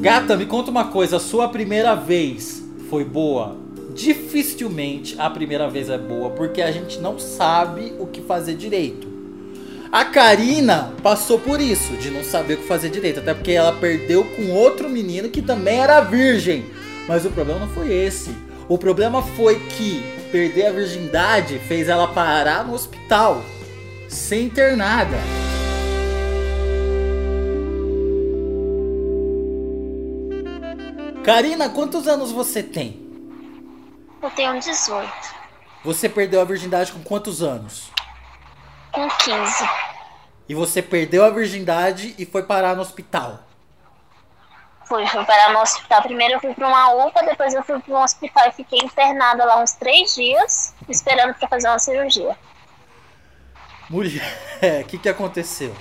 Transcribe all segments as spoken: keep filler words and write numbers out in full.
Gata, me conta uma coisa, a sua primeira vez foi boa? Dificilmente a primeira vez é boa, porque a gente não sabe o que fazer direito. A Karina passou por isso, de não saber o que fazer direito, até porque ela perdeu com outro menino que também era virgem. Mas o problema não foi esse. O problema foi que perder a virgindade fez ela parar no hospital, sem ter nada. Karina, quantos anos você tem? Eu tenho dezoito. Você perdeu a virgindade com quantos anos? Com quinze. E você perdeu a virgindade e foi parar no hospital? Fui, fui parar no hospital. Primeiro eu fui para uma U P A, depois eu fui para um hospital e fiquei internada lá uns três dias, esperando para fazer uma cirurgia. Mulher, o que que aconteceu?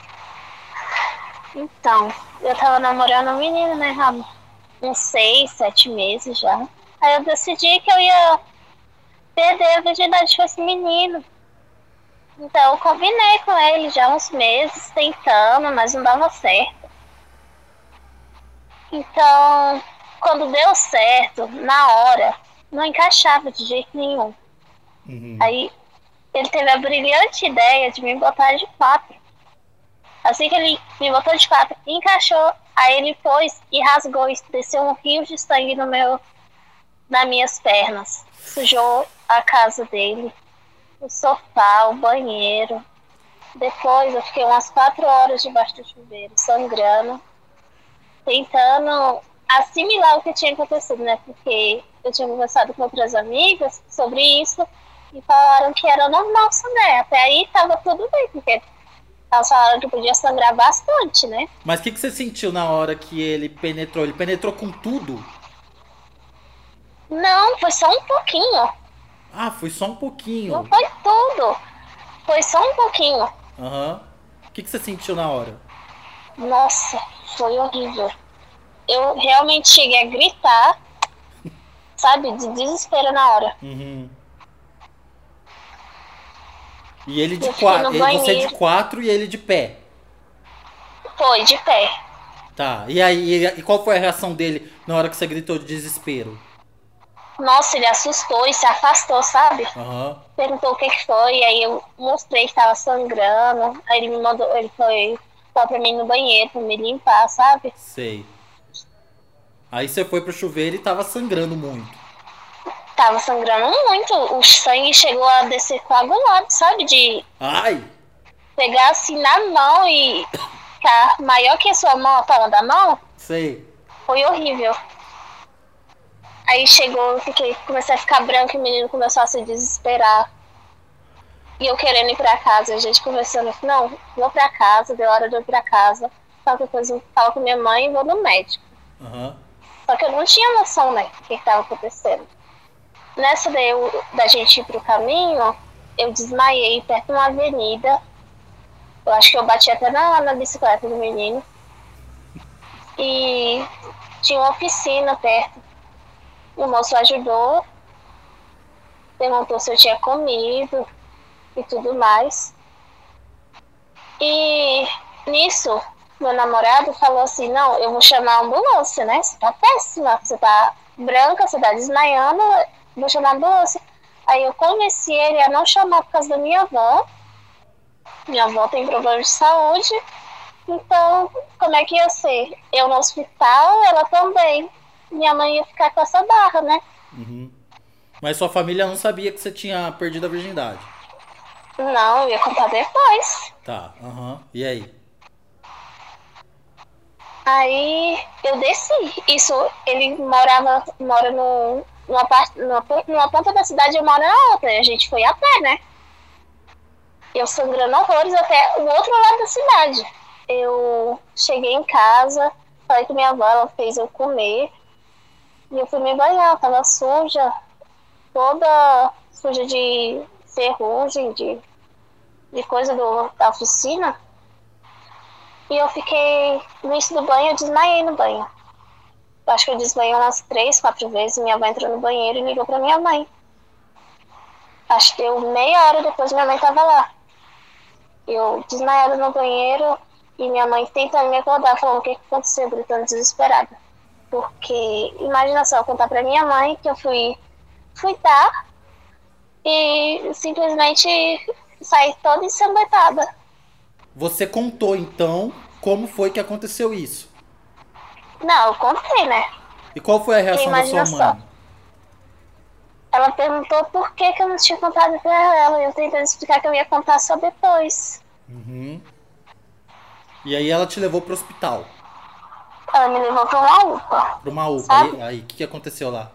Então, eu tava namorando um menino, né, Ramo? Uns seis, sete meses já. Aí eu decidi que eu ia perder a virgindade com esse menino. Então eu combinei com ele já uns meses, tentando, mas não dava certo. Então, quando deu certo, na hora, não encaixava de jeito nenhum. Uhum. Aí ele teve a brilhante ideia de me botar de quatro. Assim que ele me botou de quatro, encaixou. Aí ele pôs e rasgou, e desceu um rio de sangue no meu, nas minhas pernas. Sujou a casa dele, o sofá, o banheiro. Depois eu fiquei umas quatro horas debaixo do chuveiro, sangrando, tentando assimilar o que tinha acontecido, né? Porque eu tinha conversado com outras amigas sobre isso e falaram que era normal sangrar. Até aí tava tudo bem, porque elas falaram que podia sangrar bastante, né? Mas o que que você sentiu na hora que ele penetrou? Ele penetrou com tudo? Não, foi só um pouquinho. Ah, foi só um pouquinho. Não foi tudo. Foi só um pouquinho. Aham. O que que você sentiu na hora? Nossa, foi horrível. Eu realmente cheguei a gritar, sabe, de desespero na hora. Uhum. E ele de Eu fiquei quatro, no ele- você de banheiro. quatro e ele de pé. Foi, de pé. Tá. E aí, e qual foi a reação dele na hora que você gritou de desespero? Nossa, ele assustou e se afastou, sabe? Aham. Perguntou o que que foi, aí eu mostrei que tava sangrando. Aí ele me mandou, ele foi só pra mim no banheiro, pra me limpar, sabe? Sei. Aí você foi pro chuveiro e tava sangrando muito. Tava sangrando muito, o sangue chegou a descer coagulado, sabe? De Ai! pegar assim na mão e ficar maior que a sua mão, a palma da mão. Sei. Foi horrível. Aí chegou, eu fiquei, comecei a ficar branco e o menino começou a se desesperar. E eu querendo ir pra casa, a gente conversando, não, vou pra casa, deu hora de eu ir pra casa. Só que depois eu falo com minha mãe e vou no médico. Aham. Só que eu não tinha noção, né, do que estava acontecendo. Nessa daí, eu, da gente ir pro caminho, eu desmaiei perto de uma avenida. Eu acho que eu bati até na, na bicicleta do menino. E tinha uma oficina perto. O moço ajudou, perguntou se eu tinha comido e tudo mais. E nisso, meu namorado falou assim, não, eu vou chamar a ambulância, né? Você tá péssima, você tá branca, você tá desmaiando, vou chamar a ambulância. Aí eu convenci ele a não chamar por causa da minha avó. Minha avó tem problema de saúde. Então, como é que ia ser? Eu no hospital, ela também. Minha mãe ia ficar com essa barra, né? Uhum. Mas sua família não sabia que você tinha perdido a virgindade. Não, eu ia contar depois. Tá, aham. E aí? Aí eu desci. Isso, ele morava, mora no, numa, parte, numa, numa ponta da cidade, eu moro na outra. E a gente foi a pé, né? Eu sangrando horrores até o outro lado da cidade. Eu cheguei em casa, falei com minha avó, ela fez eu comer. E eu fui me banhar, eu tava suja, toda suja de ferrugem, de, de coisa do, da oficina. E eu fiquei, no início do banho, eu desmaiei no banho. Eu acho que eu desmaiei umas três, quatro vezes. Minha avó entrou no banheiro e ligou pra minha mãe. Acho que deu meia hora depois minha mãe tava lá. Eu desmaiada no banheiro, E minha mãe tentando me acordar, falando o que, que aconteceu, gritando desesperada. Porque, imagina só, eu contar pra minha mãe que eu fui, fui dar e simplesmente saí toda ensangrentada. Você contou então como foi que aconteceu isso. Não, eu contei, né? E qual foi a Porque reação da sua imagina só. mãe? Ela perguntou por que, que eu não tinha contado pra ela. E eu tentando explicar que eu ia contar só depois. Uhum. E aí ela te levou pro hospital, Ela me levou pra uma UPA, pra uma UPA. sabe? E aí, o que, que aconteceu lá?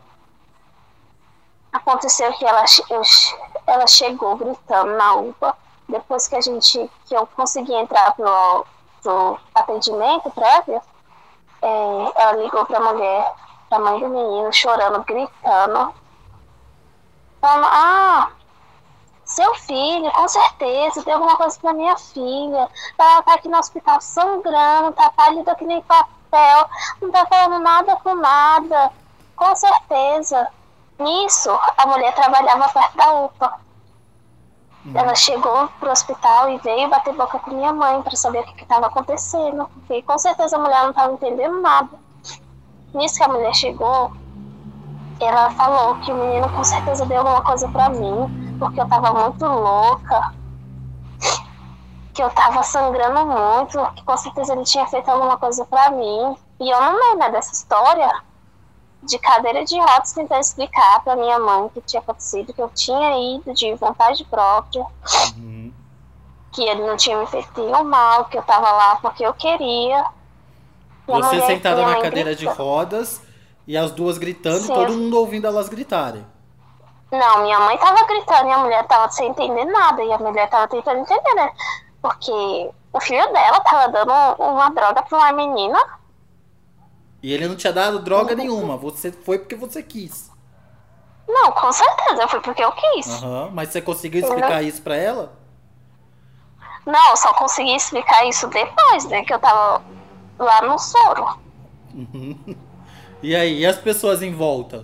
Aconteceu que ela, eu, ela chegou gritando na UPA. Depois que a gente, que eu consegui entrar pro, pro atendimento prévio, é, ela ligou pra mulher, pra mãe do menino, chorando, gritando. Falando, ah, seu filho, com certeza, tem alguma coisa pra minha filha. Ela tá aqui no hospital sangrando, tá pálida que nem papel, não tá falando nada com nada. Com certeza. Nisso, a mulher trabalhava perto da UPA. Uhum. Ela chegou pro hospital e veio bater boca com minha mãe pra saber o que estava acontecendo. Porque com certeza a mulher não estava entendendo nada. Nisso que a mulher chegou, ela falou que o menino com certeza deu alguma coisa pra mim, porque eu tava muito louca, que eu tava sangrando muito, que com certeza ele tinha feito alguma coisa pra mim. E eu não lembro, né, dessa história. De cadeira de rodas, tentar explicar pra minha mãe o que tinha acontecido, que eu tinha ido de vontade própria, uhum. que ele não tinha me feito nenhum mal, que eu tava lá porque eu queria. E você mulher, sentada na cadeira grita. de rodas e as duas gritando. Sim, e todo mundo ouvindo elas gritarem. Não, minha mãe tava gritando e a mulher tava sem entender nada, e a mulher tava tentando entender, né? Porque o filho dela tava dando uma droga pra uma menina. E ele não tinha dado droga nenhuma. Você foi porque você quis. Não, com certeza. Eu fui porque eu quis. Uhum. Mas você conseguiu explicar não... isso pra ela? Não, eu só consegui explicar isso depois, né? Que eu tava lá no soro. Uhum. E aí? E as pessoas em volta?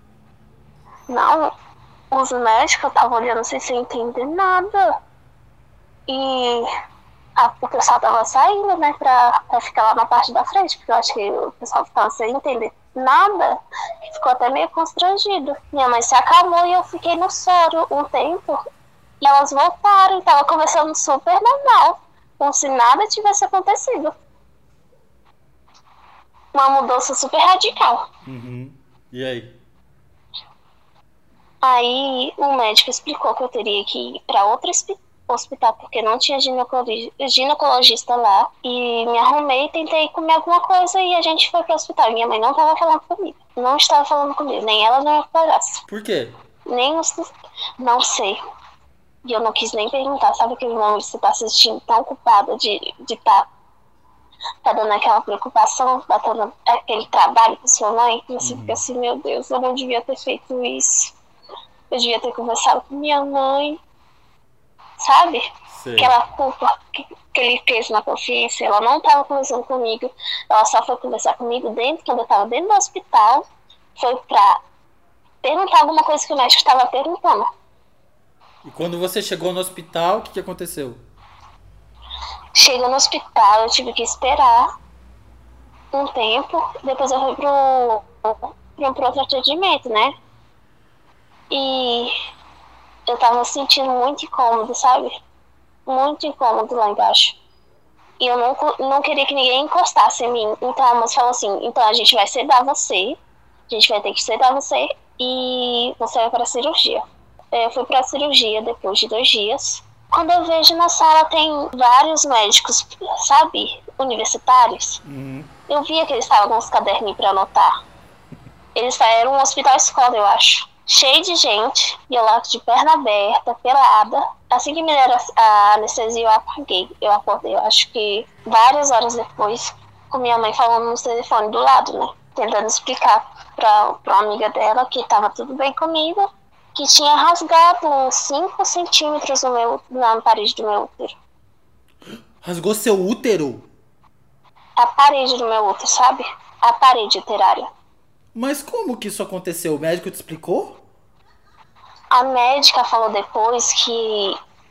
Não, os médicos estavam olhando sem sem entender nada. E... A, o pessoal tava saindo, né, pra, pra ficar lá na parte da frente, porque eu acho que o pessoal tava sem entender nada, ficou até meio constrangido. Minha mãe se acalmou e eu fiquei no soro um tempo, e elas voltaram e tava conversando super normal, como se nada tivesse acontecido. Uma mudança super radical. Uhum. E aí? Aí o médico explicou que eu teria que ir pra outro hospital, hospital porque não tinha ginecologista lá, e me arrumei, tentei comer alguma coisa e a gente foi pro hospital. Minha mãe não estava falando comigo, não estava falando comigo, nem ela nem a palhaça. Por quê? Nem os... não sei, e eu não quis nem perguntar. Sabe aquele momento que você tá se sentindo tão culpada de de tá, tá dando aquela preocupação, batendo aquele trabalho com sua mãe, e você uhum. fica assim, meu Deus, eu não devia ter feito isso, eu devia ter conversado com minha mãe, sabe? Sei. Aquela culpa que, que ele fez na consciência. Ela não estava conversando comigo, ela só foi conversar comigo dentro, quando eu estava dentro do hospital, foi pra perguntar alguma coisa que o médico estava perguntando. E quando você chegou no hospital, o que, que aconteceu? Chegou no hospital, eu tive que esperar um tempo, depois eu fui pro, pro, pro outro atendimento, né? E eu tava sentindo muito incômodo, sabe? Muito incômodo lá embaixo. E eu não, não queria que ninguém encostasse em mim. Então a moça falou assim, então a gente vai sedar você, a gente vai ter que sedar você e você vai para a cirurgia. Eu fui para a cirurgia depois de dois dias. Quando eu vejo na sala tem vários médicos, sabe? Universitários. Uhum. Eu via que eles estavam com os caderninhos para anotar. Eles eram um hospital escola, eu acho. Cheio de gente, e eu lá de perna aberta, pelada. Assim que me deram a anestesia, eu apaguei. Eu acordei, eu acho que várias horas depois, com minha mãe falando no telefone do lado, né? Tentando explicar pra, pra uma amiga dela que tava tudo bem comigo, que tinha rasgado uns cinco centímetros no meu, na parede do meu útero. Rasgou seu útero? A parede do meu útero, sabe? A parede uterária. Mas como que isso aconteceu? O médico te explicou? A médica falou depois que,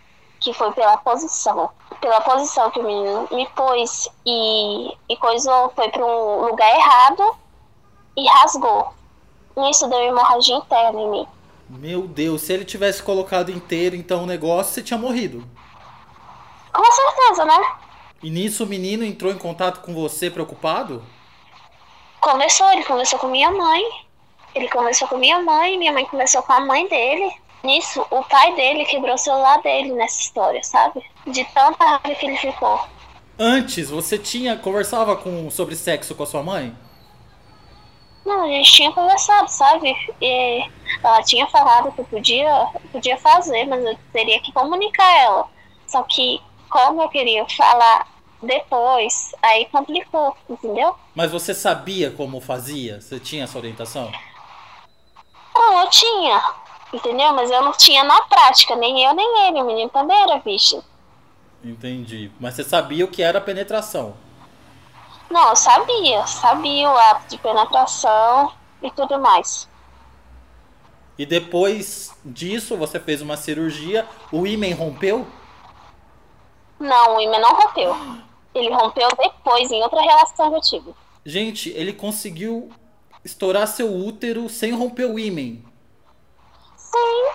que foi pela posição. Pela posição que o menino me pôs e, e coisou, foi para um lugar errado e rasgou. Nisso deu hemorragia interna em mim. Meu Deus, se ele tivesse colocado inteiro então o negócio, você tinha morrido. Com certeza, né? E nisso o menino entrou em contato com você preocupado? Conversou, ele conversou com minha mãe. Ele conversou com minha mãe, minha mãe conversou com a mãe dele. Nisso, o pai dele quebrou o celular dele nessa história, sabe? De tanta raiva que ele ficou. Antes, você tinha conversava com, sobre sexo com a sua mãe? Não, a gente tinha conversado, sabe? E ela tinha falado que eu podia, podia fazer, mas eu teria que comunicar ela. Só que, como eu queria falar depois, aí complicou, entendeu? Mas você sabia como fazia? Você tinha essa orientação? Não, eu tinha, entendeu? Mas eu não tinha na prática, nem eu nem ele, o menino também era virgem. Entendi. Mas você sabia o que era penetração? Não, eu sabia, sabia o ato de penetração e tudo mais. E depois disso, você fez uma cirurgia, o ímen rompeu? Não, o ímã não rompeu. Ele rompeu depois, em outra relação que eu tive. Gente, ele conseguiu estourar seu útero sem romper o ímen. Sim.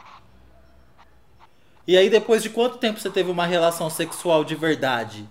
E aí, depois de quanto tempo você teve uma relação sexual de verdade?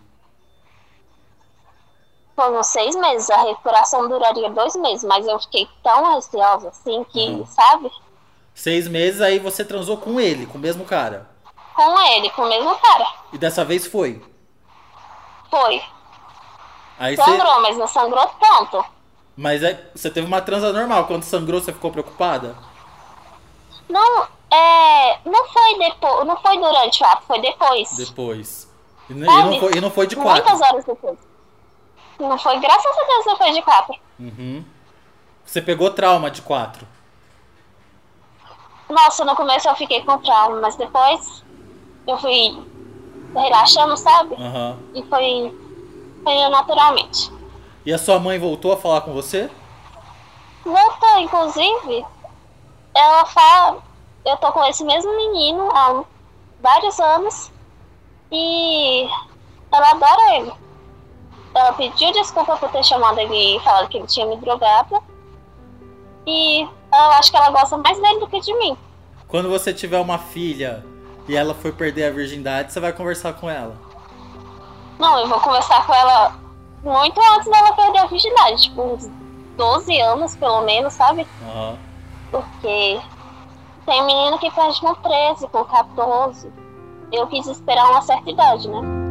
Foram seis meses, a recuperação duraria dois meses, mas eu fiquei tão receosa assim que, Uhum. sabe? Seis meses, aí você transou com ele, com o mesmo cara. Com ele, com o mesmo cara. E dessa vez foi. Foi. Aí Sangrou, você... mas não sangrou tanto. Mas é... você teve uma transa normal. Quando sangrou, você ficou preocupada? Não, é. Não foi depois. Não foi durante o ato, foi depois. Depois. E, n- e Sabe? não, foi, e não foi de quatro. Muitas horas depois. Não foi, graças a Deus, não foi de quatro. Uhum. Você pegou trauma de quatro. Nossa, no começo eu fiquei com trauma, mas depois eu fui relaxando, sabe? Uhum. E foi, foi naturalmente. E a sua mãe voltou a falar com você? Voltou, inclusive, ela fala, eu tô com esse mesmo menino há vários anos e ela adora ele. Ela pediu desculpa por ter chamado ele e falado que ele tinha me drogado. E eu acho que ela gosta mais dele do que de mim. Quando você tiver uma filha e ela for perder a virgindade, você vai conversar com ela. Não, eu vou conversar com ela muito antes dela perder a virgindade. Tipo, uns doze anos, pelo menos, sabe? Uhum. Porque tem menino que perde com treze, com quatorze. Eu quis esperar uma certa idade, né?